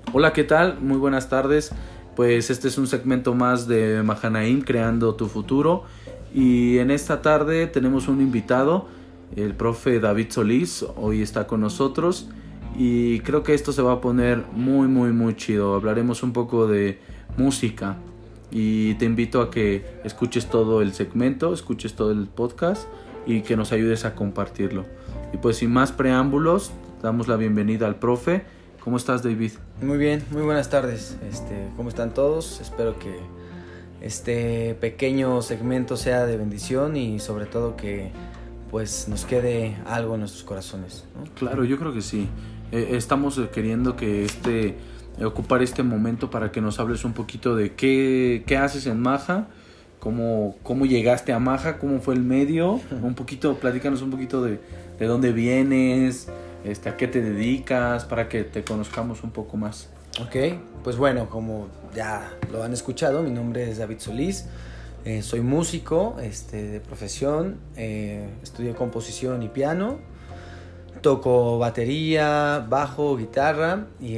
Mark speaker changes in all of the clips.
Speaker 1: Hola, ¿qué tal? Muy buenas tardes. Pues este es un segmento más de Mahanaim, Creando tu Futuro. Y en esta tarde tenemos un invitado, el profe David Solís. Hoy está con nosotros y creo que esto se va a poner muy chido. Hablaremos un poco de música y te invito a que escuches todo el segmento, escuches todo el podcast y que nos ayudes a compartirlo. Y pues sin más preámbulos, damos la bienvenida al profe. ¿Cómo estás, David?
Speaker 2: Muy bien, muy buenas tardes. ¿Cómo están todos? Espero que este pequeño segmento sea de bendición y sobre todo que pues nos quede algo en nuestros corazones, ¿no?
Speaker 1: Claro, yo creo que sí. Estamos queriendo que ocupar este momento para que nos hables un poquito de qué haces en Maha, cómo llegaste a Maha, cómo fue el medio, platícanos un poquito de dónde vienes, a qué te dedicas, para que te conozcamos un poco más.
Speaker 2: Ok, pues bueno, como ya lo han escuchado, mi nombre es David Solís, soy músico de profesión, estudié composición y piano, toco batería, bajo, guitarra y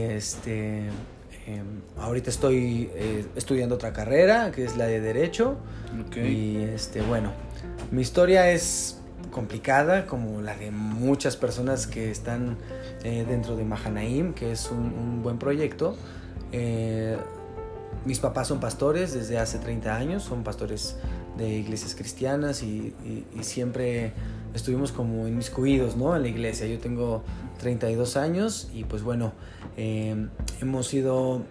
Speaker 2: ahorita estoy estudiando otra carrera que es la de Derecho.
Speaker 1: Okay.
Speaker 2: Y bueno, mi historia es complicada como la de muchas personas que están dentro de Mahanaim, que es un buen proyecto. Mis papás son pastores desde hace 30 años, son pastores de iglesias cristianas y siempre estuvimos como inmiscuidos, ¿no?, en la iglesia. Yo tengo 32 años y pues bueno, hemos ido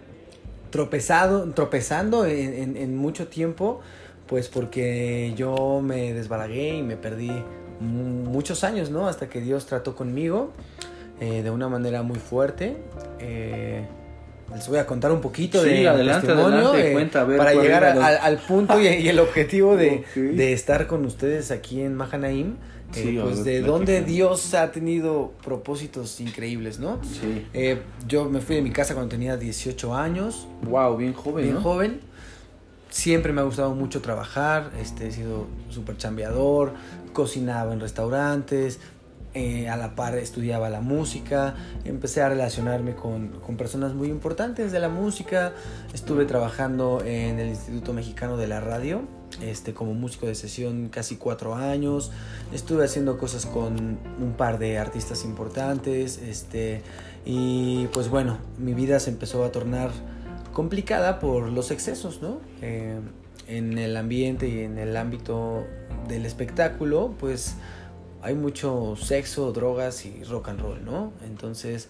Speaker 2: tropezando en mucho tiempo, pues porque yo me desbalagué y me perdí muchos años, ¿no?, hasta que Dios trató conmigo de una manera muy fuerte. Les voy a contar un poquito de testimonio
Speaker 1: cuenta,
Speaker 2: para llegar al punto y el objetivo de estar con ustedes aquí en Mahanaim. Pues de donde Dios ha tenido propósitos increíbles, ¿no?
Speaker 1: Sí.
Speaker 2: Yo me fui de mi casa cuando tenía 18 años.
Speaker 1: Wow, bien joven,
Speaker 2: Bien
Speaker 1: ¿no?
Speaker 2: joven. Siempre me ha gustado mucho trabajar. He sido súper chambeador, cocinaba en restaurantes. A la par estudiaba la música, empecé a relacionarme con personas muy importantes de la música. Estuve trabajando en el Instituto Mexicano de la Radio como músico de sesión casi 4 años. Estuve haciendo cosas con un par de artistas importantes y pues bueno, mi vida se empezó a tornar complicada por los excesos, ¿no? En el ambiente y en el ámbito del espectáculo, pues hay mucho sexo, drogas y rock and roll, ¿no? Entonces,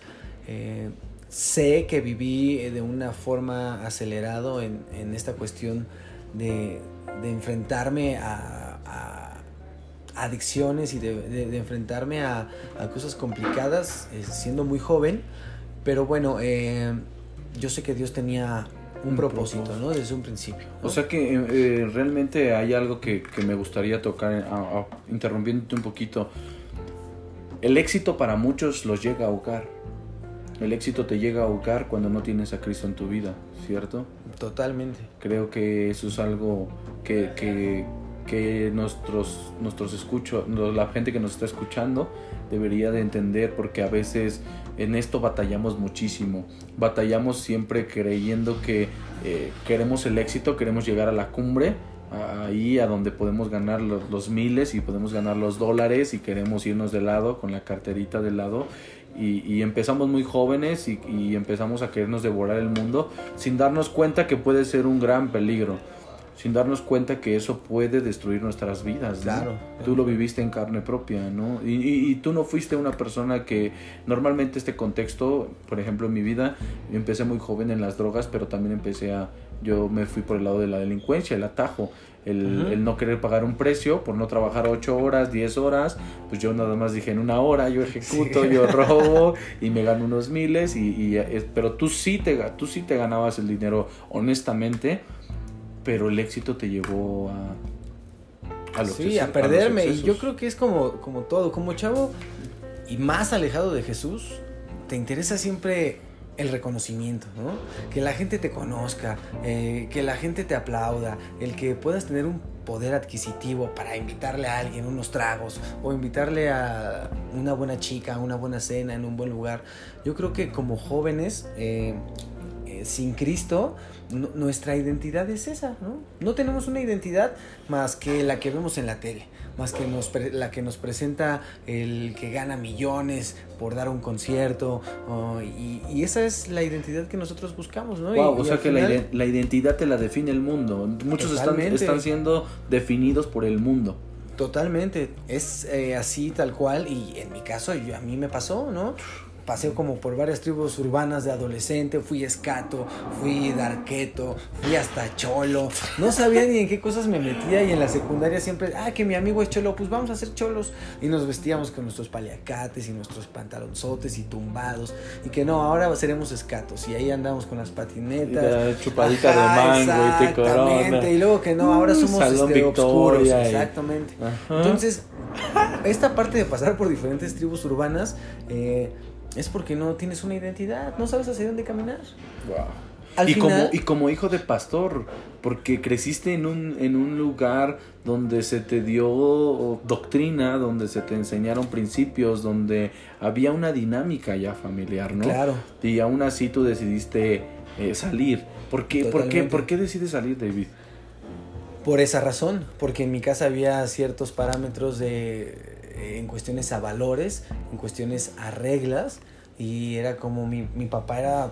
Speaker 2: sé que viví de una forma acelerado en esta cuestión de enfrentarme a adicciones y de enfrentarme a cosas complicadas siendo muy joven. Pero bueno, yo sé que Dios tenía un propósito, ¿no?, desde un principio, ¿no?
Speaker 1: O sea que realmente hay algo que me gustaría tocar, interrumpiéndote un poquito. El éxito para muchos los llega a ahogar. El éxito te llega a ahogar cuando no tienes a Cristo en tu vida, ¿cierto?
Speaker 2: Totalmente.
Speaker 1: Creo que eso es algo que la gente que nos está escuchando debería de entender, porque a veces en esto batallamos muchísimo. Batallamos siempre creyendo que queremos el éxito, queremos llegar a la cumbre, ahí a donde podemos ganar los miles y podemos ganar los dólares, y queremos irnos de lado con la carterita de lado. Y empezamos muy jóvenes y empezamos a querernos devorar el mundo sin darnos cuenta que puede ser un gran peligro, sin darnos cuenta que eso puede destruir nuestras vidas, ¿no?
Speaker 2: Claro.
Speaker 1: Tú lo viviste en carne propia, ¿no? Y tú no fuiste una persona que normalmente este contexto, por ejemplo en mi vida, empecé muy joven en las drogas, pero también yo me fui por el lado de la delincuencia, el atajo, el no querer pagar un precio por no trabajar 8 horas, 10 horas, pues yo nada más dije en 1 hora yo ejecuto, yo robo y me gano unos miles, pero tú sí te ganabas el dinero honestamente, pero el éxito te llevó
Speaker 2: a perderme. Y yo creo que es como todo, como chavo y más alejado de Jesús, te interesa siempre el reconocimiento, ¿no? Que la gente te conozca, que la gente te aplauda, el que puedas tener un poder adquisitivo para invitarle a alguien unos tragos o invitarle a una buena chica, a una buena cena en un buen lugar. Yo creo que como jóvenes sin Cristo, nuestra identidad es esa, ¿no? No tenemos una identidad más que la que vemos en la tele, más que la que nos presenta el que gana millones por dar un concierto, y esa es la identidad que nosotros buscamos, ¿no?
Speaker 1: Wow, o sea que final, la identidad te la define el mundo. Muchos están siendo definidos por el mundo.
Speaker 2: Totalmente, es así tal cual, y en mi caso a mí me pasó, ¿no? Pasé como por varias tribus urbanas de adolescente, fui escato, fui darqueto, fui hasta cholo, no sabía ni en qué cosas me metía, y en la secundaria siempre, que mi amigo es cholo, pues vamos a ser cholos, y nos vestíamos con nuestros paliacates y nuestros pantalonzotes y tumbados, y que no, ahora seremos escatos, y ahí andamos con las patinetas,
Speaker 1: y la chupadita de mango y te corona,
Speaker 2: y luego que no, ahora somos oscuros, exactamente.
Speaker 1: Ajá.
Speaker 2: Entonces, esta parte de pasar por diferentes tribus urbanas, es porque no tienes una identidad, no sabes hacia dónde caminar.
Speaker 1: Wow. Como hijo de pastor, porque creciste en un lugar donde se te dio doctrina, donde se te enseñaron principios, donde había una dinámica ya familiar, ¿no?
Speaker 2: Claro.
Speaker 1: Y aún así tú decidiste salir. ¿Por qué decides salir, David?
Speaker 2: Por esa razón, porque en mi casa había ciertos parámetros en cuestiones a valores, en cuestiones a reglas, y era como mi papá era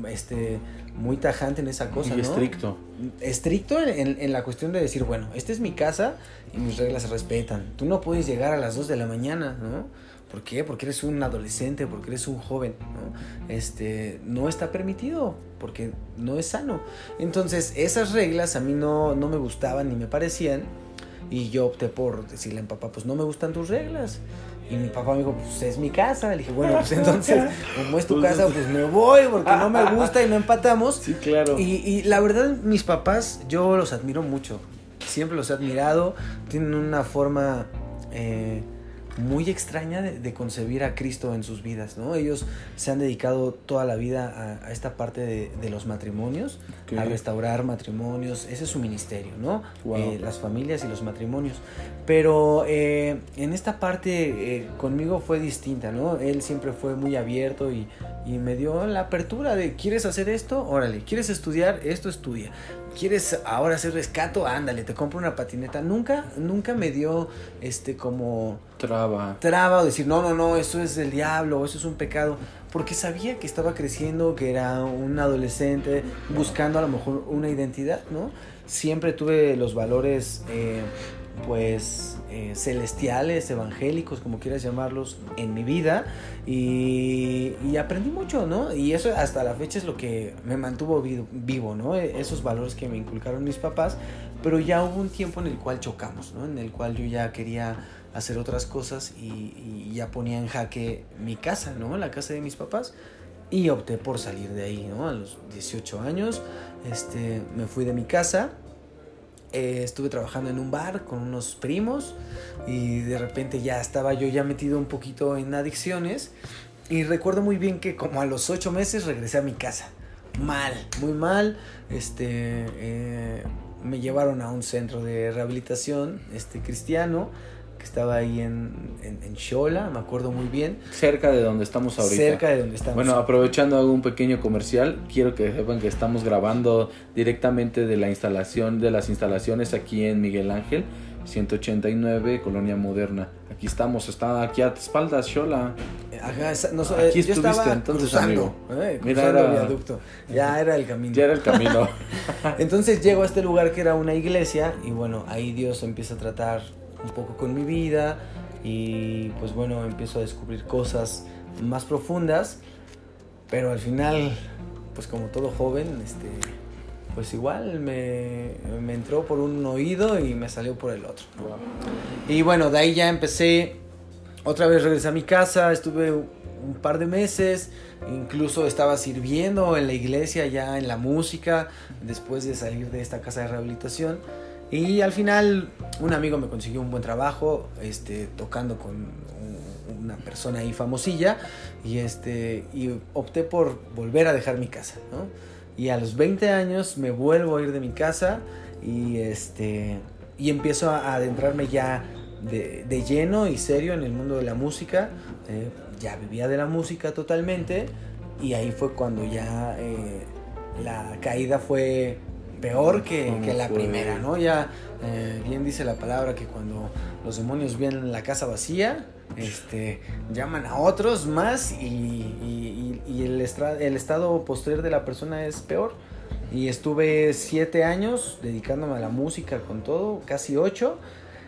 Speaker 2: muy tajante en esa cosa,
Speaker 1: y
Speaker 2: ¿no?
Speaker 1: Estricto
Speaker 2: en la cuestión de decir, bueno, esta es mi casa y mis reglas se respetan, tú no puedes llegar a las 2 de la mañana, ¿no? ¿Por qué? Porque eres un adolescente, porque eres un joven, ¿no? No está permitido, porque no es sano. Entonces, esas reglas a mí no me gustaban ni me parecían, y yo opté por decirle a mi papá, pues no me gustan tus reglas. Y mi papá me dijo, pues es mi casa. Le dije, bueno, pues entonces, como es tu casa, pues me voy, porque no me gusta, y no empatamos.
Speaker 1: Sí, claro.
Speaker 2: Y la verdad, mis papás, yo los admiro mucho. Siempre los he admirado. Tienen una forma muy extraña de concebir a Cristo en sus vidas, ¿no? Ellos se han dedicado toda la vida a esta parte de los matrimonios, okay, a restaurar matrimonios. Ese es su ministerio, ¿no? Wow. Las familias y los matrimonios. Pero en esta parte conmigo fue distinta, ¿no? Él siempre fue muy abierto y me dio la apertura de, ¿quieres hacer esto? Órale. ¿Quieres estudiar? Esto estudia. ¿Quieres ahora hacer rescato? Ándale, te compro una patineta. Nunca me dio como traba o decir, no, eso es del diablo, eso es un pecado, porque sabía que estaba creciendo, que era un adolescente buscando a lo mejor una identidad, ¿no? Siempre tuve los valores celestiales, evangélicos, como quieras llamarlos, en mi vida, y aprendí mucho, ¿no? Y eso hasta la fecha es lo que me mantuvo vivo, ¿no? Esos valores que me inculcaron mis papás, pero ya hubo un tiempo en el cual chocamos, ¿no? En el cual yo ya quería hacer otras cosas y ya ponía en jaque mi casa, ¿no? La casa de mis papás, y opté por salir de ahí, ¿no? A los 18 años, me fui de mi casa. Estuve trabajando en un bar con unos primos, y de repente ya estaba yo ya metido un poquito en adicciones, y recuerdo muy bien que como a los 8 meses regresé a mi casa, muy mal. Me llevaron a un centro de rehabilitación cristiano, que estaba ahí en Xola, me acuerdo muy bien.
Speaker 1: Cerca de donde estamos ahorita. Bueno, aprovechando hago un pequeño comercial, quiero que sepan que estamos grabando directamente de las instalaciones aquí en Miguel Ángel, 189, Colonia Moderna. Aquí estamos, está aquí a espaldas, Xola.
Speaker 2: Ajá,
Speaker 1: aquí
Speaker 2: yo
Speaker 1: estuviste entonces,
Speaker 2: cruzando,
Speaker 1: amigo.
Speaker 2: Mira, era viaducto. Ya era el camino.
Speaker 1: Ya era el camino.
Speaker 2: Entonces llego a este lugar que era una iglesia, y bueno, ahí Dios empieza a tratar un poco con mi vida, y pues bueno, empiezo a descubrir cosas más profundas, pero al final, pues como todo joven, pues igual me entró por un oído y me salió por el otro, ¿no? Wow. Y bueno, de ahí ya empecé, otra vez regresé a mi casa, estuve un par de meses, incluso estaba sirviendo en la iglesia, ya en la música, después de salir de esta casa de rehabilitación. Y al final un amigo me consiguió un buen trabajo, tocando con una persona ahí famosilla, y opté por volver a dejar mi casa, ¿no? Y a los 20 años me vuelvo a ir de mi casa, y empiezo a adentrarme ya de lleno y serio en el mundo de la música. Ya vivía de la música totalmente, y ahí fue cuando ya la caída fue peor que la primera, ¿no? Ya bien dice la palabra que cuando los demonios ven la casa vacía, llaman a otros más y el estado posterior de la persona es peor. Y estuve 7 años dedicándome a la música con todo, casi 8,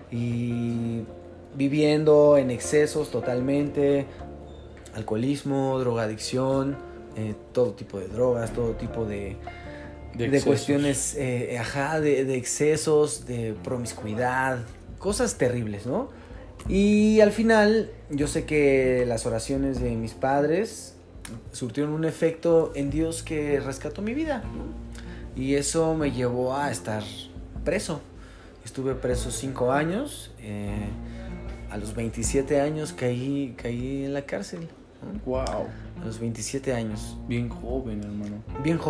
Speaker 2: y viviendo en excesos totalmente, alcoholismo, drogadicción, todo tipo de drogas, todo tipo de cuestiones, de excesos, de promiscuidad, cosas terribles, ¿no? Y al final yo sé que las oraciones de mis padres surtieron un efecto en Dios que rescató mi vida, ¿no? Y eso me llevó a estar preso. Estuve preso 5 años. A los 27 años caí en la cárcel, ¿no?
Speaker 1: Wow.
Speaker 2: A los 27 años.
Speaker 1: Bien joven, hermano.
Speaker 2: Bien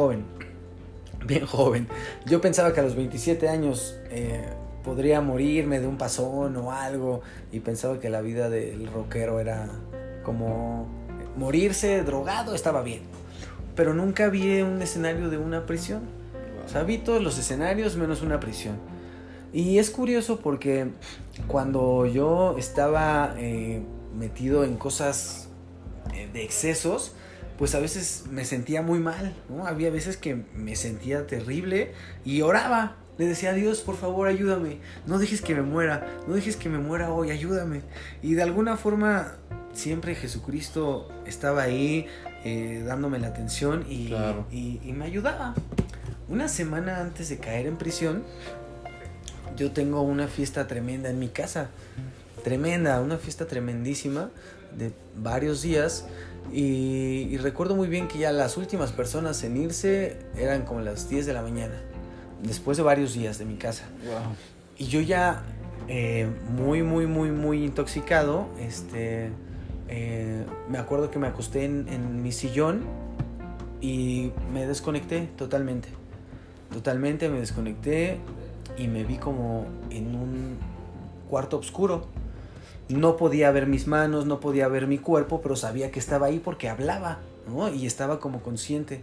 Speaker 2: joven. Yo pensaba que a los 27 años podría morirme de un pasón o algo. Y pensaba que la vida del rockero era como morirse drogado, estaba bien. Pero nunca vi un escenario de una prisión. O sea, vi todos los escenarios menos una prisión. Y es curioso porque cuando yo estaba metido en cosas de excesos, pues a veces me sentía muy mal, ¿no? Había veces que me sentía terrible y oraba. Le decía a Dios, por favor, ayúdame. No dejes que me muera. No dejes que me muera hoy. Ayúdame. Y de alguna forma siempre Jesucristo estaba ahí dándome la atención y me ayudaba. Una semana antes de caer en prisión, yo tengo una fiesta tremenda en mi casa. Tremenda, una fiesta tremendísima de varios días. Y recuerdo muy bien que ya las últimas personas en irse eran como las 10 de la mañana. Después de varios días de mi casa.
Speaker 1: Wow.
Speaker 2: Y yo ya muy intoxicado, me acuerdo que me acosté en mi sillón y me desconecté totalmente me desconecté y me vi como en un cuarto oscuro. No podía ver mis manos, no podía ver mi cuerpo, pero sabía que estaba ahí porque hablaba, ¿no? Y estaba como consciente.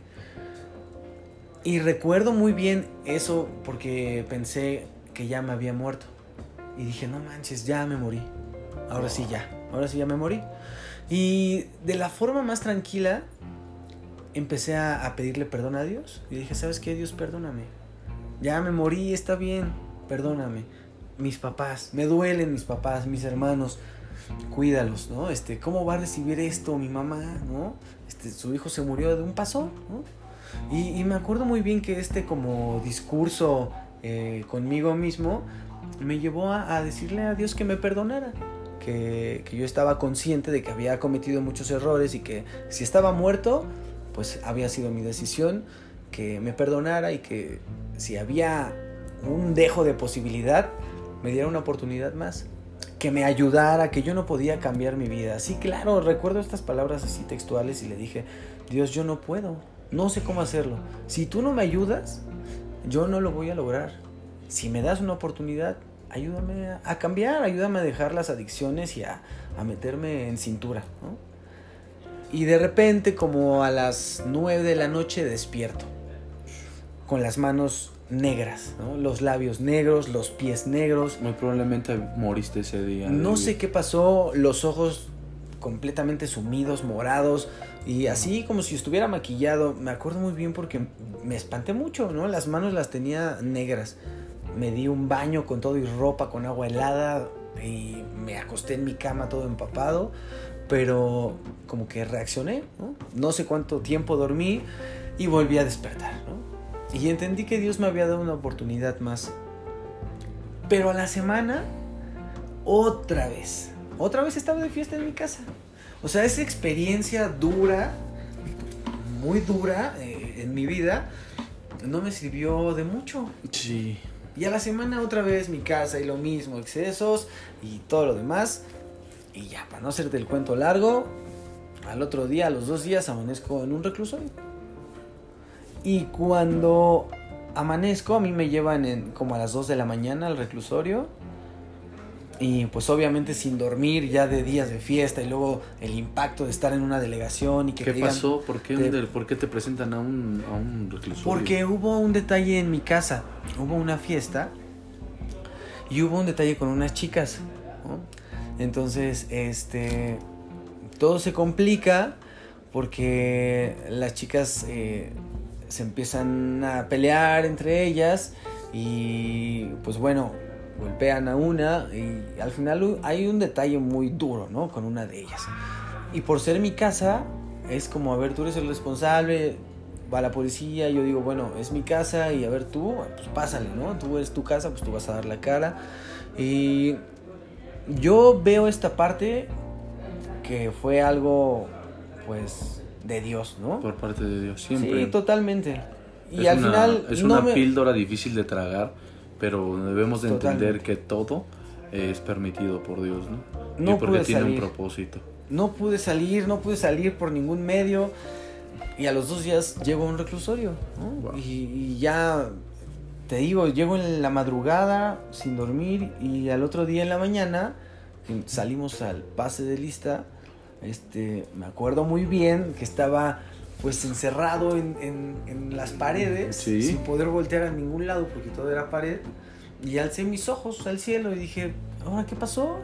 Speaker 2: Y recuerdo muy bien eso porque pensé que ya me había muerto. Y dije, no manches, ya me morí. Ahora sí ya me morí. Y de la forma más tranquila empecé a pedirle perdón a Dios. Y dije, ¿sabes qué, Dios? Perdóname. Ya me morí, está bien, perdóname. Mis papás, me duelen mis papás, mis hermanos, cuídalos, ¿no? ¿Cómo va a recibir esto mi mamá, ¿no? Su hijo se murió de un paso, ¿no? Y me acuerdo muy bien que como discurso conmigo mismo me llevó a decirle a Dios que me perdonara. Que yo estaba consciente de que había cometido muchos errores y que si estaba muerto, pues había sido mi decisión, que me perdonara y que si había un dejo de posibilidad, me diera una oportunidad más, que me ayudara, que yo no podía cambiar mi vida. Sí, claro, recuerdo estas palabras así textuales y le dije, Dios, yo no puedo, no sé cómo hacerlo. Si tú no me ayudas, yo no lo voy a lograr. Si me das una oportunidad, ayúdame a cambiar, ayúdame a dejar las adicciones y a meterme en cintura, ¿no? Y de repente, como a las 9 de la noche, despierto, con las manos negras, ¿no? Los labios negros, los pies negros.
Speaker 1: Muy probablemente moriste ese día.
Speaker 2: No sé qué pasó, los ojos completamente sumidos, morados, y así como si estuviera maquillado. Me acuerdo muy bien porque me espanté mucho, ¿no? Las manos las tenía negras. Me di un baño con todo y ropa con agua helada y me acosté en mi cama todo empapado, pero como que reaccioné, ¿no? No sé cuánto tiempo dormí y volví a despertar, ¿no? Y entendí que Dios me había dado una oportunidad más. Pero a la semana, otra vez estaba de fiesta en mi casa. O sea, esa experiencia dura, muy dura en mi vida, no me sirvió de mucho.
Speaker 1: Sí.
Speaker 2: Y a la semana otra vez mi casa y lo mismo, excesos y todo lo demás. Y ya, para no hacerte el cuento largo, al otro día, a los 2 días, amanezco en un reclusorio. Y cuando amanezco, a mí me llevan como a las 2 de la mañana al reclusorio. Y pues obviamente sin dormir, ya de días de fiesta, y luego el impacto de estar en una delegación y que
Speaker 1: ¿Qué
Speaker 2: te digan,
Speaker 1: pasó? ¿Por qué te presentan a un reclusorio?
Speaker 2: porque hubo un detalle en mi casa, hubo una fiesta y hubo un detalle con unas chicas, ¿no? Entonces, todo se complica porque las chicas se empiezan a pelear entre ellas y pues bueno, golpean a una y al final hay un detalle muy duro, ¿no? Con una de ellas. Y por ser mi casa, es como, a ver, tú eres el responsable, va la policía, yo digo, bueno, es mi casa y a ver tú, pues pásale, ¿no? Tú eres tu casa, pues tú vas a dar la cara. Y yo veo esta parte que fue algo, pues, de Dios, ¿no?
Speaker 1: Por parte de Dios, siempre.
Speaker 2: Sí, totalmente. Y
Speaker 1: es
Speaker 2: al
Speaker 1: una,
Speaker 2: final...
Speaker 1: Es
Speaker 2: no
Speaker 1: una píldora difícil de tragar, pero debemos de
Speaker 2: Totalmente.
Speaker 1: entender que todo es permitido por Dios, ¿no?
Speaker 2: No
Speaker 1: y porque
Speaker 2: pude
Speaker 1: tiene
Speaker 2: salir.
Speaker 1: un propósito.
Speaker 2: No pude salir por ningún medio. Y a los 2 días llego a un reclusorio, ¿no?
Speaker 1: Wow.
Speaker 2: Y ya, te digo, llego en la madrugada sin dormir y al otro día en la mañana salimos al pase de lista. Me acuerdo muy bien que estaba pues encerrado en las paredes,
Speaker 1: Sí.
Speaker 2: sin poder voltear a ningún lado porque todo era pared. Y alcé mis ojos al cielo y dije, ¿ahora qué pasó?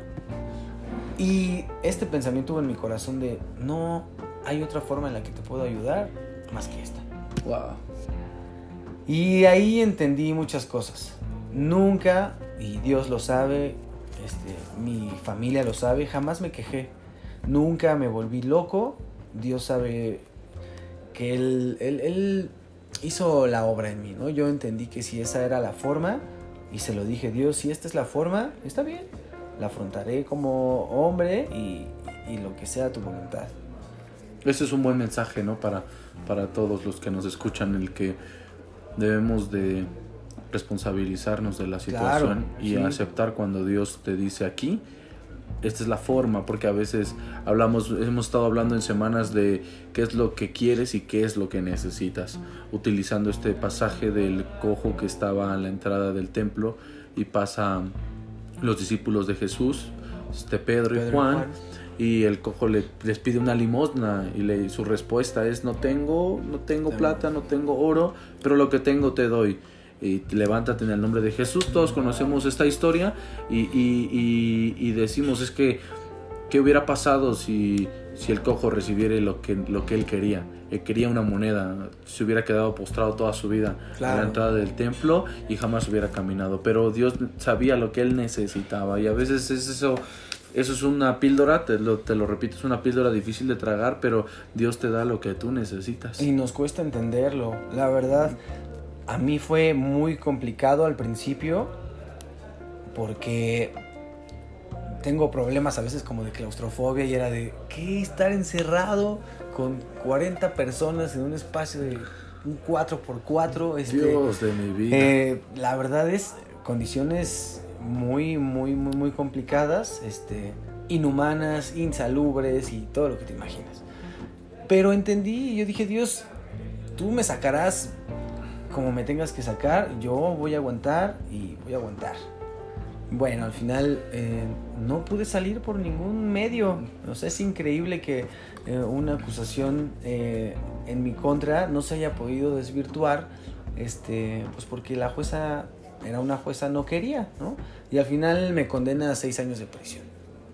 Speaker 2: Y este pensamiento hubo en mi corazón de, no hay otra forma en la que te puedo ayudar más que esta.
Speaker 1: Wow.
Speaker 2: Y ahí entendí muchas cosas. Nunca, y Dios lo sabe, mi familia lo sabe, jamás me quejé. Nunca me volví loco. Dios sabe que Él hizo la obra en mí, ¿no? Yo entendí que si esa era la forma, y se lo dije, Dios, si esta es la forma, está bien. La afrontaré como hombre y lo que sea tu voluntad.
Speaker 1: Ese es un buen mensaje, ¿no? Para todos los que nos escuchan, el que debemos de responsabilizarnos de la situación,
Speaker 2: Claro,
Speaker 1: y
Speaker 2: sí.
Speaker 1: aceptar cuando Dios te dice aquí, esta es la forma, porque a veces hemos estado hablando en semanas de qué es lo que quieres y qué es lo que necesitas, utilizando este pasaje del cojo que estaba a la entrada del templo y pasa los discípulos de Jesús, Pedro y Juan, y el cojo les pide una limosna y su respuesta es, no tengo plata, no tengo oro, pero lo que tengo te doy. Y levántate en el nombre de Jesús. Todos conocemos esta historia y decimos, es que ¿qué hubiera pasado si el cojo recibiera lo que él quería? Él quería una moneda, se hubiera quedado postrado toda su vida a la entrada del templo y jamás hubiera caminado. Pero Dios sabía lo que él necesitaba, y a veces eso es una píldora, te lo repito, es una píldora difícil de tragar, pero Dios te da lo que tú necesitas.
Speaker 2: Y nos cuesta entenderlo, la verdad. A mí fue muy complicado al principio porque tengo problemas a veces como de claustrofobia, y era de, ¿qué? Estar encerrado con 40 personas en un espacio de un 4x4.
Speaker 1: Dios de mi vida.
Speaker 2: La verdad es condiciones muy, muy, muy, muy complicadas, inhumanas, insalubres y todo lo que te imaginas. Pero entendí y yo dije, Dios, tú me sacarás como me tengas que sacar, yo voy a aguantar y voy a aguantar. Bueno, al final no pude salir por ningún medio. O sea, es increíble que una acusación en mi contra no se haya podido desvirtuar, pues porque la jueza era una jueza, no quería, ¿no? Y al final me condena a 6 años de prisión.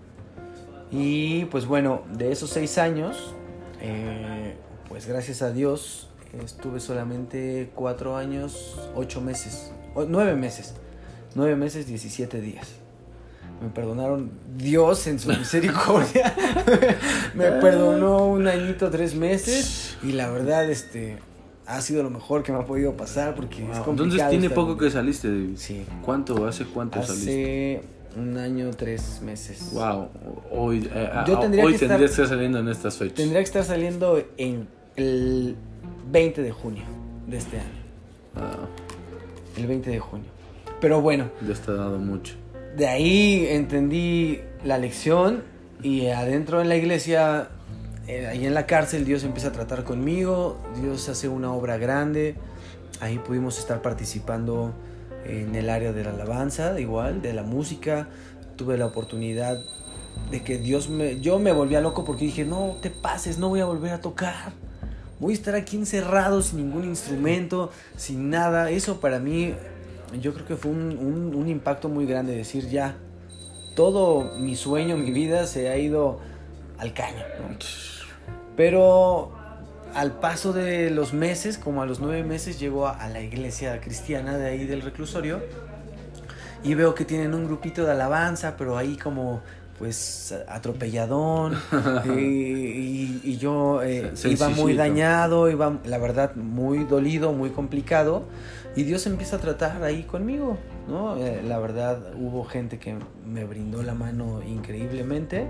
Speaker 2: Y pues bueno, de esos 6 años, pues gracias a Dios, estuve solamente 4 años, 8 meses, 9 meses. 9 meses, 17 días. Me perdonaron Dios en su misericordia. Me perdonó 1 añito, 3 meses. Y la verdad, ha sido lo mejor que me ha podido pasar porque es complicado.
Speaker 1: Entonces tiene poco que saliste, David.
Speaker 2: Sí.
Speaker 1: ¿Hace cuánto saliste?
Speaker 2: Hace 1 año, 3 meses.
Speaker 1: Wow. Hoy
Speaker 2: tendrías
Speaker 1: que estar saliendo en estas fechas.
Speaker 2: Tendría que estar saliendo en el 20 de junio de este año. El 20 de junio. Pero bueno,
Speaker 1: Dios te ha dado mucho.
Speaker 2: De ahí entendí la lección, y adentro en la iglesia, ahí en la cárcel, Dios empieza a tratar conmigo. Dios hace una obra grande. Ahí pudimos estar participando en el área de la alabanza, igual, de la música. tuve la oportunidad de que yo me volvía loco porque dije, no te pases, no voy a volver a tocar. Voy a estar aquí encerrado sin ningún instrumento, sin nada. Eso para mí, yo creo que fue un impacto muy grande. Decir, ya, todo mi sueño, mi vida se ha ido al caño, ¿no? Pero al paso de los meses, como a los 9 meses, llego a la iglesia cristiana de ahí del reclusorio y veo que tienen un grupito de alabanza, pero ahí como pues atropelladón, y yo iba muy dañado, iba la verdad muy dolido, muy complicado, y Dios empieza a tratar ahí conmigo, ¿no? La verdad hubo gente que me brindó la mano increíblemente,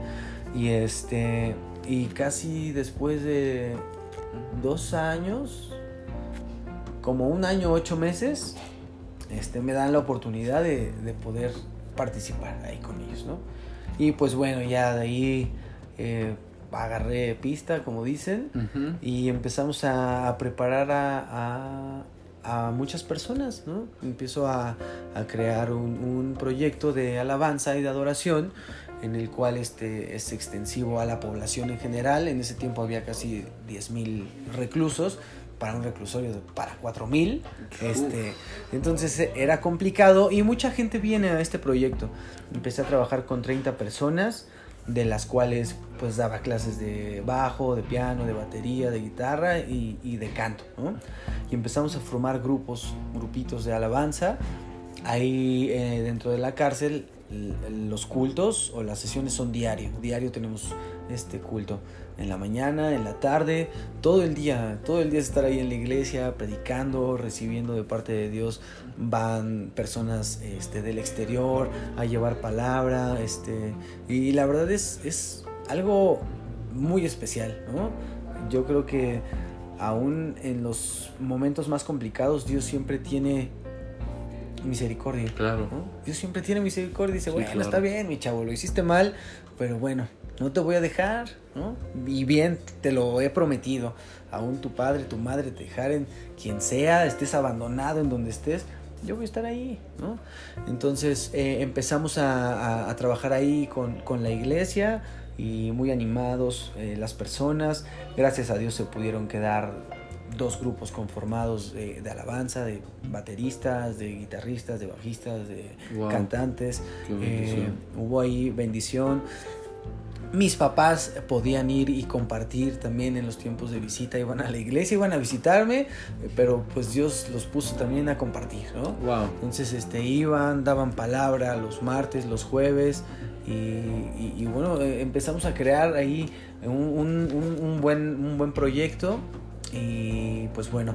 Speaker 2: y casi después de 2 años, como 1 año 8 meses, me dan la oportunidad de poder participar ahí con ellos, ¿no? Y pues bueno, ya de ahí agarré pista, como dicen, uh-huh. Y empezamos a preparar a muchas personas, ¿no? Empiezo a crear un proyecto de alabanza y de adoración, en el cual es extensivo a la población en general. En ese tiempo había casi 10,000 reclusos, para un reclusorio para 4,000. Entonces era complicado y mucha gente viene a este proyecto. Empecé a trabajar con 30 personas, de las cuales pues daba clases de bajo, de piano, de batería, de guitarra y de canto, ¿no? Y empezamos a formar grupitos de alabanza. Ahí dentro de la cárcel los cultos o las sesiones son diario tenemos culto, en la mañana, en la tarde, todo el día estar ahí en la iglesia predicando, recibiendo de parte de Dios. Van personas del exterior a llevar palabra, y la verdad es algo muy especial, ¿no? Yo creo que aún en los momentos más complicados Dios siempre tiene misericordia.
Speaker 1: Claro.
Speaker 2: ¿No? Dios siempre tiene misericordia y dice,
Speaker 1: sí,
Speaker 2: bueno,
Speaker 1: claro.
Speaker 2: Está bien, mi chavo, lo hiciste mal, pero bueno, no te voy a dejar, ¿no? Y bien, te lo he prometido. Aún tu padre, tu madre te dejaren, quien sea, estés abandonado en donde estés, yo voy a estar ahí, ¿no? Entonces empezamos a trabajar ahí con la iglesia, y muy animados las personas. Gracias a Dios se pudieron quedar 2 grupos conformados de alabanza, de bateristas, de guitarristas, de bajistas, de cantantes. Hubo ahí bendición. Mis papás podían ir y compartir también en los tiempos de visita. Iban a la iglesia, iban a visitarme, pero pues Dios los puso también a compartir, ¿no?
Speaker 1: Wow.
Speaker 2: Entonces iban, daban palabra los martes, los jueves, y bueno, empezamos a crear ahí un buen proyecto. Y pues bueno,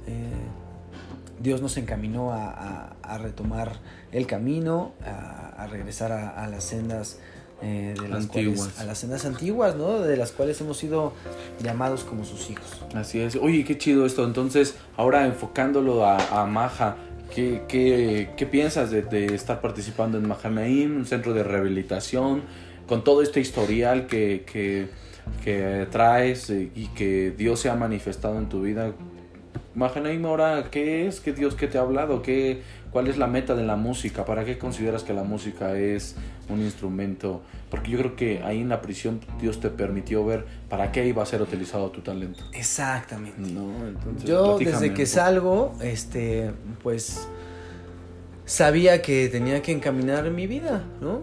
Speaker 2: Dios nos encaminó a retomar el camino, a regresar a las sendas de las antiguas. A las sendas antiguas, ¿no? De las cuales hemos sido llamados como sus hijos.
Speaker 1: Así es. Oye, qué chido esto. Entonces, ahora enfocándolo a Maha, ¿qué piensas de estar participando en Mahanaim, un centro de rehabilitación, con todo este historial que traes y que Dios se ha manifestado en tu vida? Mahanaim, ahora, ¿qué es? ¿Qué Dios que te ha hablado? ¿Cuál es la meta de la música? ¿Para qué consideras que la música es un instrumento? Porque yo creo que ahí en la prisión Dios te permitió ver para qué iba a ser utilizado tu talento.
Speaker 2: Exactamente.
Speaker 1: No, entonces,
Speaker 2: yo desde que salgo, pues sabía que tenía que encaminar mi vida, ¿no?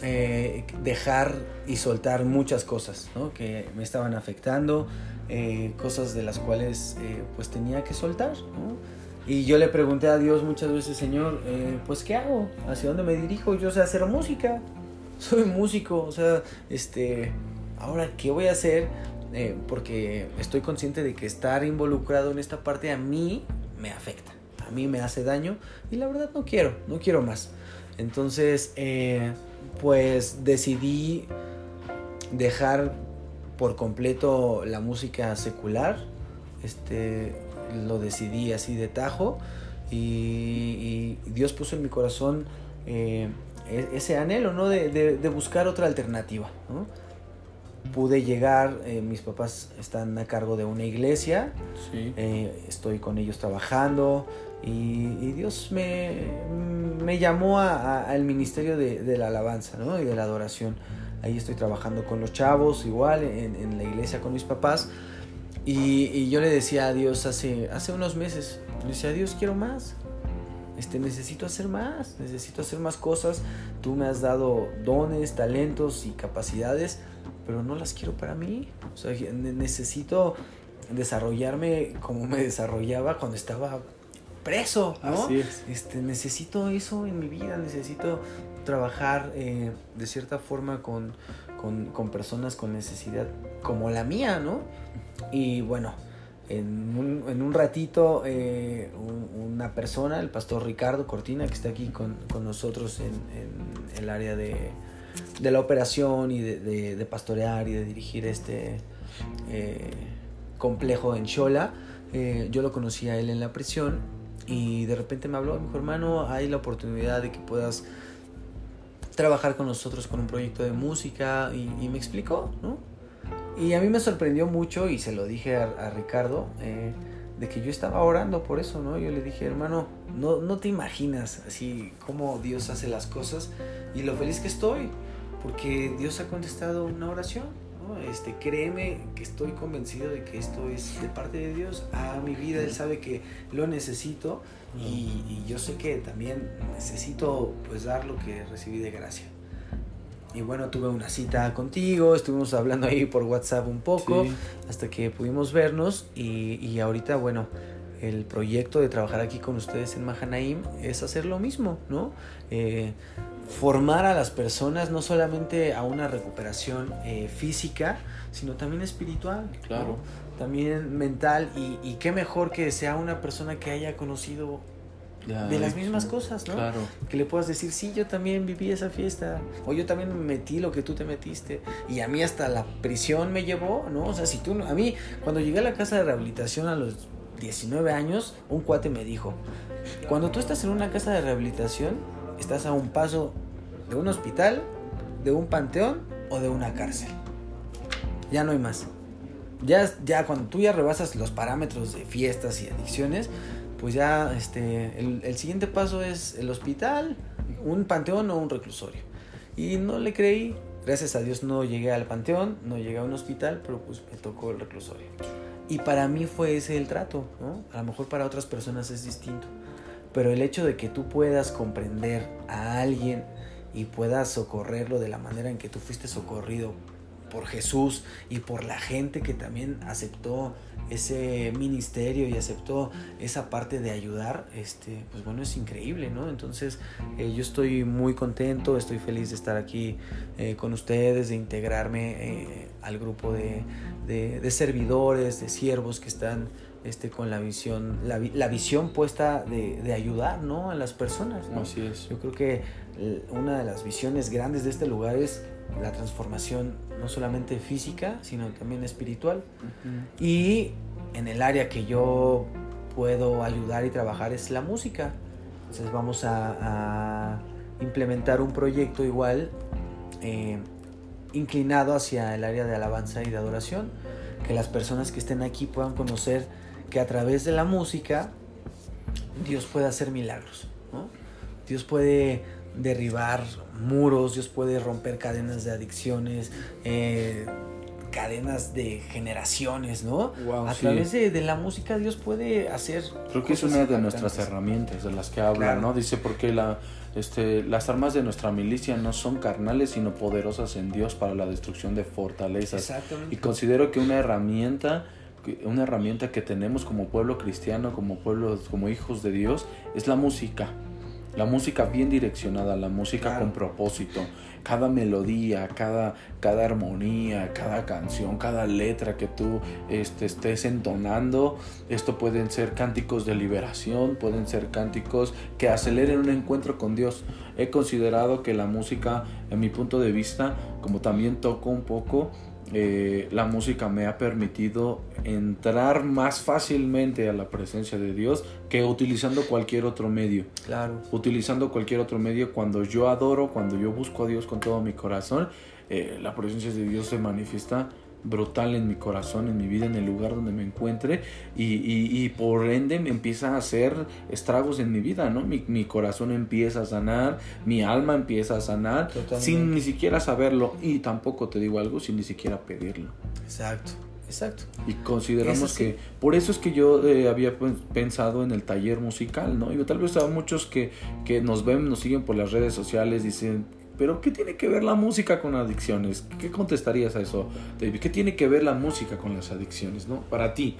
Speaker 2: Dejar y soltar muchas cosas, ¿no? Que me estaban afectando, cosas de las cuales pues tenía que soltar, ¿no? Y yo le pregunté a Dios muchas veces, Señor, pues ¿qué hago? ¿Hacia dónde me dirijo? Yo sé hacer música, soy músico, o sea, ahora ¿qué voy a hacer? Porque estoy consciente de que estar involucrado en esta parte a mí me afecta, a mí me hace daño, y la verdad no quiero más. Entonces pues decidí dejar por completo la música secular. Lo decidí así de tajo, y Dios puso en mi corazón ese anhelo, ¿no? De buscar otra alternativa, ¿no? pude llegar, mis papás están a cargo de una iglesia,
Speaker 1: Sí.
Speaker 2: Estoy con ellos trabajando y Dios me llamó al ministerio de la alabanza, ¿no? Y de la adoración. Ahí estoy trabajando con los chavos, igual en la iglesia con mis papás. Y yo le decía a Dios hace unos meses, le decía, Dios, quiero más. Necesito hacer más cosas. Tú me has dado dones, talentos y capacidades, pero no las quiero para mí. O sea, necesito desarrollarme como me desarrollaba cuando estaba preso, ¿no?
Speaker 1: Así es.
Speaker 2: Necesito eso en mi vida, necesito trabajar de cierta forma con personas con necesidad como la mía, ¿no? Y bueno, en un ratito una persona, el pastor Ricardo Cortina, que está aquí con nosotros en el área de la operación y de pastorear y de dirigir este complejo en Xola, yo lo conocí a él en la prisión y de repente me habló, me dijo, hermano, hay la oportunidad de que puedas trabajar con nosotros con un proyecto de música y me explicó, ¿no? Y a mí me sorprendió mucho y se lo dije a Ricardo, de que yo estaba orando por eso, ¿no? Yo le dije, hermano, no te imaginas así cómo Dios hace las cosas y lo feliz que estoy, porque Dios ha contestado una oración, ¿no? Créeme que estoy convencido de que esto es de parte de Dios a mi vida. Él sabe que lo necesito y yo sé que también necesito pues dar lo que recibí de gracia. Y bueno, tuve una cita contigo, estuvimos hablando ahí por WhatsApp un poco, sí, hasta que pudimos vernos y ahorita, bueno, el proyecto de trabajar aquí con ustedes en Mahanaim es hacer lo mismo, ¿no? Formar a las personas no solamente a una recuperación física, sino también espiritual,
Speaker 1: claro,
Speaker 2: ¿no? También mental y qué mejor que sea una persona que haya conocido de las mismas cosas, ¿no?
Speaker 1: Claro.
Speaker 2: Que le puedas decir, sí, yo también viví esa fiesta, o yo también me metí lo que tú te metiste, y a mí hasta la prisión me llevó, ¿no? O sea, si tú, a mí, cuando llegué a la casa de rehabilitación a los 19 años, un cuate me dijo, cuando tú estás en una casa de rehabilitación, estás a un paso de un hospital, de un panteón o de una cárcel. Ya no hay más. Ya cuando tú ya rebasas los parámetros de fiestas y adicciones, pues ya el siguiente paso es el hospital, un panteón o un reclusorio. Y no le creí, gracias a Dios no llegué al panteón, no llegué a un hospital, pero pues me tocó el reclusorio. Y para mí fue ese el trato, ¿no? A lo mejor para otras personas es distinto, pero el hecho de que tú puedas comprender a alguien y puedas socorrerlo de la manera en que tú fuiste socorrido por Jesús y por la gente que también aceptó ese ministerio y aceptó esa parte de ayudar, pues bueno, es increíble, ¿no? Entonces yo estoy muy contento, estoy feliz de estar aquí con ustedes, de integrarme al grupo de servidores, de siervos que están con la visión puesta de ayudar, ¿no? A las personas, ¿no?
Speaker 1: Así es.
Speaker 2: Yo creo que una de las visiones grandes de este lugar es la transformación no solamente física, sino también espiritual. Uh-huh. Y en el área que yo puedo ayudar y trabajar es la música. Entonces vamos a implementar un proyecto igual inclinado hacia el área de alabanza y de adoración, que las personas que estén aquí puedan conocer que a través de la música Dios puede hacer milagros, ¿no? Dios puede derribar muros, Dios puede romper cadenas de adicciones, cadenas de generaciones, ¿no? Wow, a través de la música Dios puede hacer.
Speaker 1: Creo que es una de nuestras herramientas de las que habla, claro, ¿no? Dice, porque las armas de nuestra milicia no son carnales, sino poderosas en Dios para la destrucción de fortalezas.
Speaker 2: Exactamente.
Speaker 1: Y considero que una herramienta que tenemos como pueblo cristiano, como hijos de Dios, es la música. La música bien direccionada, la música, claro, con propósito. Cada melodía, cada armonía, cada canción, cada letra que tú estés entonando, esto pueden ser cánticos de liberación, pueden ser cánticos que aceleren un encuentro con Dios. He considerado que la música, en mi punto de vista, como también toco un poco, la música me ha permitido entrar más fácilmente a la presencia de Dios que utilizando cualquier otro medio.
Speaker 2: Claro.
Speaker 1: Utilizando cualquier otro medio, cuando yo adoro, cuando yo busco a Dios con todo mi corazón, la presencia de Dios se manifiesta brutal en mi corazón, en mi vida, en el lugar donde me encuentre, y por ende empieza a hacer estragos en mi vida, ¿no? Mi corazón empieza a sanar, mi alma empieza a sanar. Totalmente. Sin ni siquiera saberlo, y tampoco te digo algo sin ni siquiera pedirlo.
Speaker 2: Exacto.
Speaker 1: Y consideramos que por eso es que yo había pensado en el taller musical, ¿no? Y tal vez a muchos que nos ven, nos siguen por las redes sociales, dicen, ¿pero qué tiene que ver la música con adicciones? ¿Qué contestarías a eso, David? ¿Qué tiene que ver la música con las adicciones, no? Para ti.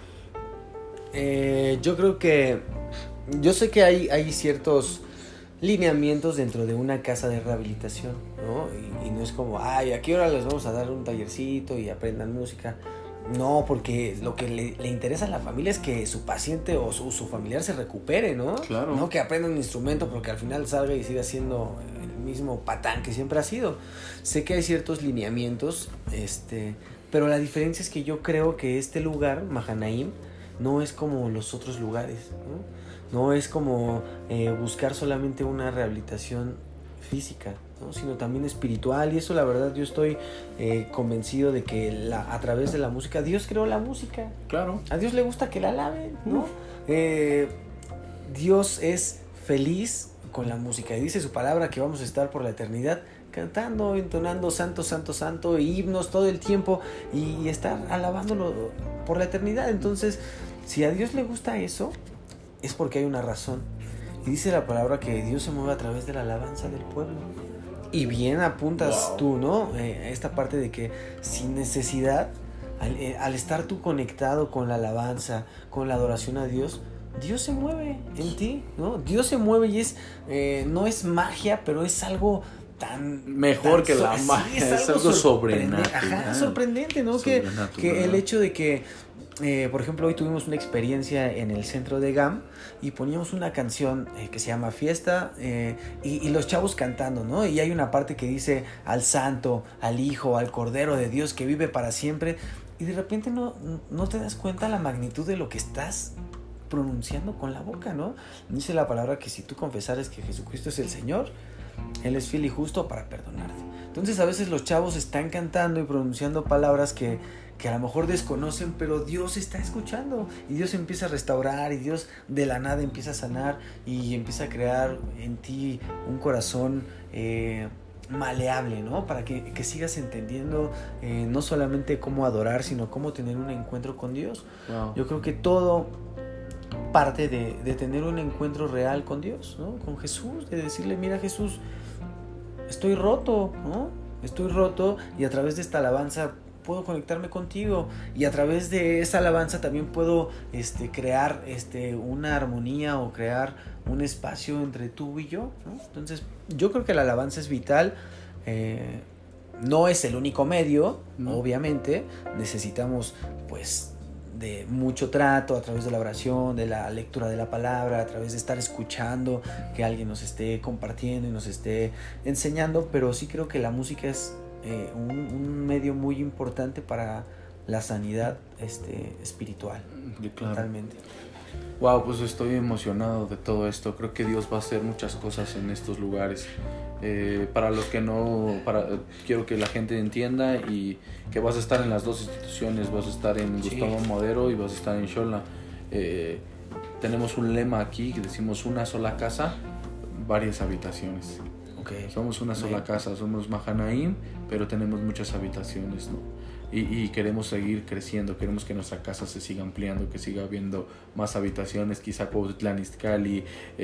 Speaker 2: Yo creo que... Yo sé que hay ciertos lineamientos dentro de una casa de rehabilitación, ¿no? Y no es como, ay, ¿a qué hora les vamos a dar un tallercito y aprendan música? No, porque lo que le interesa a la familia es que su paciente o su familiar se recupere, ¿no?
Speaker 1: Claro.
Speaker 2: No que aprenda un instrumento porque al final salga y siga siendo el mismo patán que siempre ha sido. Sé que hay ciertos lineamientos, pero la diferencia es que yo creo que este lugar, Mahanaim, no es como los otros lugares, ¿no? No es como buscar solamente una rehabilitación física, ¿no? Sino también espiritual, y eso la verdad yo estoy convencido de que a través de la música, Dios creó la música.
Speaker 1: Claro.
Speaker 2: A Dios le gusta que la alaben, ¿no? Dios es feliz con la música y dice su palabra que vamos a estar por la eternidad cantando, entonando santo, santo, santo, e himnos todo el tiempo y estar alabándolo por la eternidad. Entonces, si a Dios le gusta eso, es porque hay una razón. Y dice la palabra que Dios se mueve a través de la alabanza del pueblo. Y bien apuntas wow. Tú, ¿no? Esta parte de que sin necesidad, al estar tú conectado con la alabanza, con la adoración a Dios, Dios se mueve en ti, ¿no? Dios se mueve y no es magia, pero es algo tan...
Speaker 1: Mejor que la magia, es algo sobrenatural.
Speaker 2: Ajá, sorprendente, ¿no? Que el hecho de que, por ejemplo, hoy tuvimos una experiencia en el centro de GAM y poníamos una canción que se llama Fiesta y los chavos cantando, ¿no? Y hay una parte que dice al Santo, al Hijo, al Cordero de Dios que vive para siempre, y de repente no te das cuenta la magnitud de lo que estás pronunciando con la boca, ¿no? Dice la palabra que si tú confesares que Jesucristo es el Señor, Él es fiel y justo para perdonarte. Entonces a veces los chavos están cantando y pronunciando palabras que a lo mejor desconocen, pero Dios está escuchando y Dios empieza a restaurar y Dios de la nada empieza a sanar y empieza a crear en ti un corazón maleable, ¿no? Para que sigas entendiendo no solamente cómo adorar, sino cómo tener un encuentro con Dios. Wow. Yo creo que todo parte de tener un encuentro real con Dios, ¿no? Con Jesús, de decirle, mira Jesús, estoy roto, ¿no? Estoy roto y a través de esta alabanza puedo conectarme contigo y a través de esa alabanza también puedo crear una armonía o crear un espacio entre tú y yo, ¿no? Entonces yo creo que la alabanza es vital. No es el único medio, obviamente necesitamos pues de mucho trato a través de la oración, de la lectura de la palabra, a través de estar escuchando que alguien nos esté compartiendo y nos esté enseñando, pero sí creo que la música es un medio muy importante para la sanidad espiritual.
Speaker 1: Claro.
Speaker 2: Totalmente.
Speaker 1: Wow, pues estoy emocionado de todo esto. Creo que Dios va a hacer muchas cosas en estos lugares. Para los que no, quiero que la gente entienda y que vas a estar en las dos instituciones, vas a estar en Gustavo Madero y vas a estar en Xola. Tenemos un lema aquí que decimos una sola casa, varias habitaciones. Okay. Somos una sola casa, somos Mahanaim, pero tenemos muchas habitaciones, ¿no? Y queremos seguir creciendo, queremos que nuestra casa se siga ampliando, que siga habiendo más habitaciones, quizá Cuautitlán Izcalli,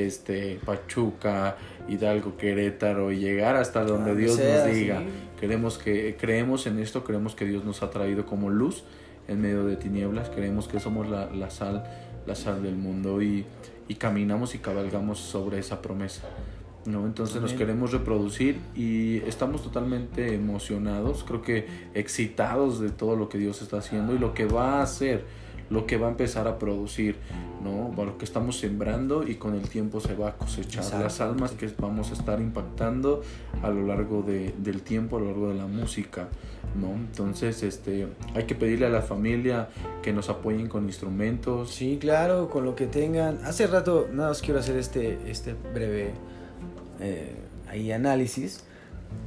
Speaker 1: Pachuca, Hidalgo, Querétaro, y llegar hasta donde Dios nos diga. Sí. Creemos en esto, creemos que Dios nos ha traído como luz en medio de tinieblas, creemos que somos la sal del mundo y caminamos y cabalgamos sobre esa promesa, ¿no? Entonces nos queremos reproducir y estamos totalmente emocionados, creo que excitados de todo lo que Dios está haciendo y lo que va a hacer, lo que va a empezar a producir, ¿no? Lo que estamos sembrando y con el tiempo se va a cosechar. Las almas que vamos a estar impactando a lo largo del tiempo, a lo largo de la música, ¿no? Entonces hay que pedirle a la familia que nos apoyen con instrumentos.
Speaker 2: Sí, claro, con lo que tengan. Hace rato nada más quiero hacer este breve análisis.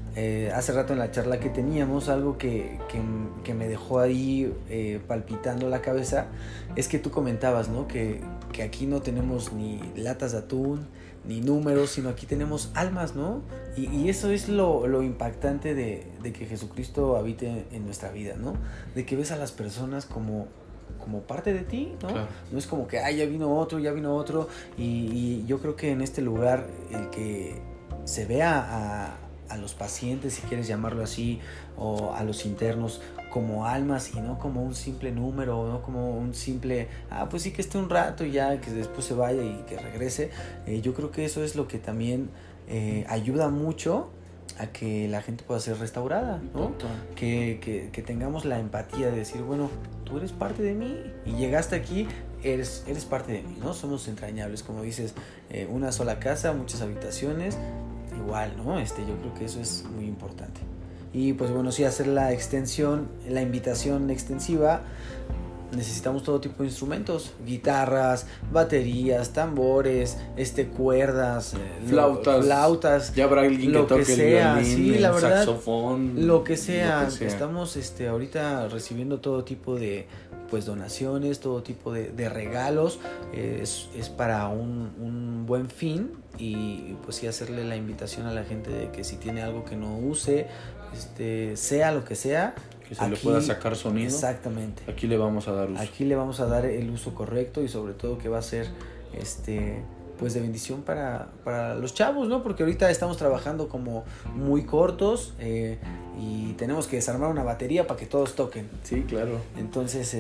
Speaker 2: hace rato en la charla que teníamos, algo que me dejó ahí palpitando la cabeza, es que tú comentabas, ¿no? Que aquí no tenemos ni latas de atún, ni números, sino aquí tenemos almas, ¿no? Y eso es lo impactante de que Jesucristo habite en nuestra vida, ¿no? De que ves a las personas como parte de ti, ¿no?
Speaker 1: Claro.
Speaker 2: No es como que, ya vino otro, y yo creo que en este lugar el que se vea a los pacientes, si quieres llamarlo así, o a los internos como almas y no como un simple número, no como un simple, pues sí, que esté un rato y ya que después se vaya y que regrese. Yo creo que eso es lo que también ayuda mucho a que la gente pueda ser restaurada, ¿no? Que tengamos la empatía de decir, bueno, tú eres parte de mí y llegaste aquí, eres parte de mí, ¿no? Somos entrañables, como dices, una sola casa, muchas habitaciones, igual, ¿no? Yo creo que eso es muy importante. Y pues bueno, sí, hacer la invitación extensiva. Necesitamos todo tipo de instrumentos: guitarras, baterías, tambores, cuerdas, flautas.
Speaker 1: Ya habrá alguien que toque el violín,
Speaker 2: sí, la verdad,
Speaker 1: saxofón,
Speaker 2: lo que sea. Estamos ahorita recibiendo todo tipo de donaciones, todo tipo de regalos. Es para un buen fin, y pues sí, hacerle la invitación a la gente de que si tiene algo que no use, sea lo que sea,
Speaker 1: que se le pueda sacar sonido.
Speaker 2: Exactamente.
Speaker 1: Aquí le vamos a dar uso.
Speaker 2: Aquí le vamos a dar el uso correcto, y sobre todo que va a ser pues de bendición para los chavos, ¿no? Porque ahorita estamos trabajando como muy cortos, y tenemos que desarmar una batería para que todos toquen.
Speaker 1: Sí, claro.
Speaker 2: Entonces,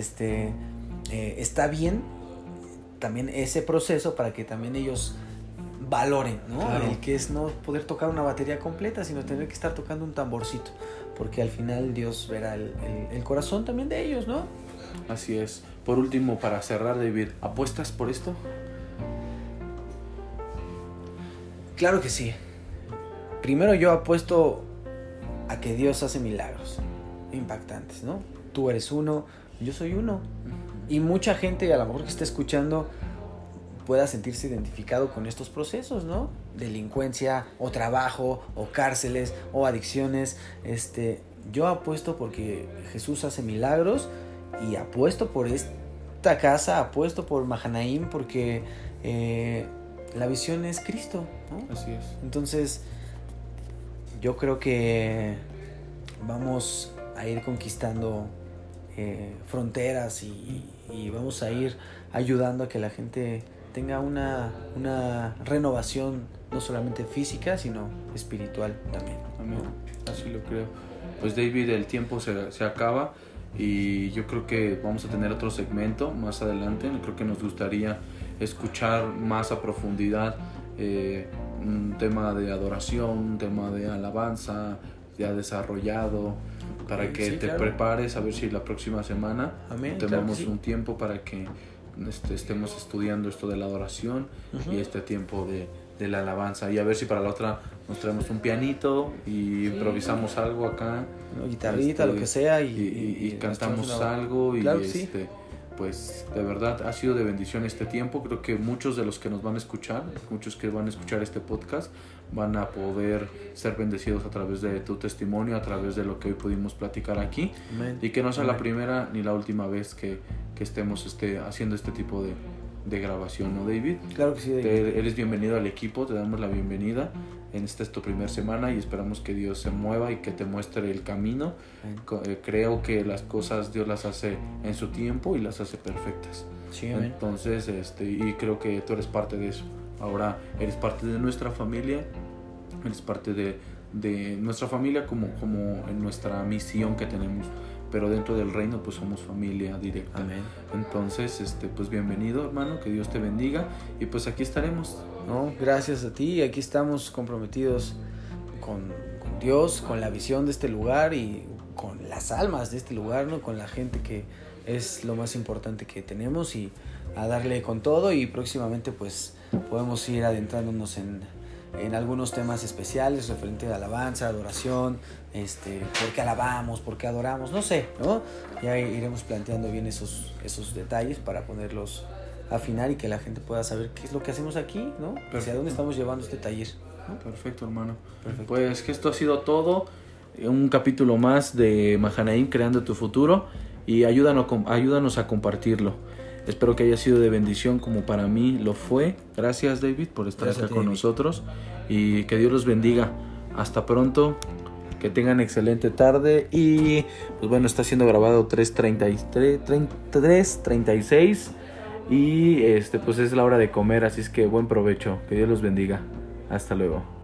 Speaker 2: está bien también ese proceso para que también ellos valoren, ¿no?
Speaker 1: Claro.
Speaker 2: El que es no poder tocar una batería completa, sino tener que estar tocando un tamborcito, porque al final Dios verá el corazón también de ellos, ¿no?
Speaker 1: Así es. Por último, para cerrar, David, ¿apuestas por esto?
Speaker 2: Claro que sí. Primero, yo apuesto a que Dios hace milagros impactantes, ¿no? Tú eres uno, yo soy uno. Y mucha gente, a lo mejor que está escuchando, pueda sentirse identificado con estos procesos, ¿no? Delincuencia, o trabajo, o cárceles, o adicciones. Yo apuesto porque Jesús hace milagros, y apuesto por esta casa, apuesto por Mahanaim, porque la visión es Cristo, ¿no?
Speaker 1: Así es.
Speaker 2: Entonces, yo creo que vamos a ir conquistando fronteras, y vamos a ir ayudando a que la gente tenga una renovación, no solamente física, sino espiritual también.
Speaker 1: Amén. Así lo creo. Pues David, el tiempo se acaba, y yo creo que vamos a tener otro segmento más adelante. Creo que nos gustaría escuchar más a profundidad un tema de adoración, un tema de alabanza ya desarrollado, para que te prepares a ver si la próxima semana tenemos un tiempo para que estemos estudiando esto de la adoración, y este tiempo de la alabanza, y a ver si para la otra nos traemos un pianito y improvisamos algo acá,
Speaker 2: una guitarrita, lo que sea,
Speaker 1: y cantamos algo, y
Speaker 2: claro,
Speaker 1: pues de verdad ha sido de bendición este tiempo. Creo que muchos de los que nos van a escuchar, muchos que van a escuchar este podcast, van a poder ser bendecidos a través de tu testimonio, a través de lo que hoy pudimos platicar aquí.
Speaker 2: Amén.
Speaker 1: Y que no sea la primera ni la última vez que estemos haciendo este tipo de grabación, ¿no, David?
Speaker 2: Claro que sí, David.
Speaker 1: Eres bienvenido al equipo, te damos la bienvenida. Esta es tu primera semana, y esperamos que Dios se mueva y que te muestre el camino. Creo que las cosas Dios las hace en su tiempo y las hace perfectas.
Speaker 2: Sí, amén.
Speaker 1: Entonces, y creo que tú eres parte de eso. Ahora eres parte de nuestra familia, eres parte de nuestra familia como en nuestra misión que tenemos, pero dentro del reino pues somos familia directa.
Speaker 2: Amén.
Speaker 1: Entonces, pues bienvenido, hermano, que Dios te bendiga, y pues aquí estaremos.
Speaker 2: No, gracias a ti. Aquí estamos comprometidos con Dios, con la visión de este lugar, y con las almas de este lugar, ¿no? Con la gente, que es lo más importante que tenemos, y a darle con todo. Y próximamente pues podemos ir adentrándonos en algunos temas especiales referente a alabanza, adoración, por qué alabamos, por qué adoramos, no sé, ¿no? Ya iremos planteando bien esos detalles para ponerlos a afinar, y que la gente pueda saber qué es lo que hacemos aquí, ¿no? Hacia dónde estamos llevando este taller.
Speaker 1: Perfecto, hermano.
Speaker 2: Perfecto.
Speaker 1: Pues que esto ha sido todo. Un capítulo más de Mahanaim, Creando tu Futuro. Y ayúdanos a compartirlo. Espero que haya sido de bendición como para mí lo fue. Gracias, David, por estar acá con nosotros. Y que Dios los bendiga. Hasta pronto. Que tengan excelente tarde. Y pues bueno, está siendo grabado 3:36. Y pues es la hora de comer. Así es que buen provecho. Que Dios los bendiga. Hasta luego.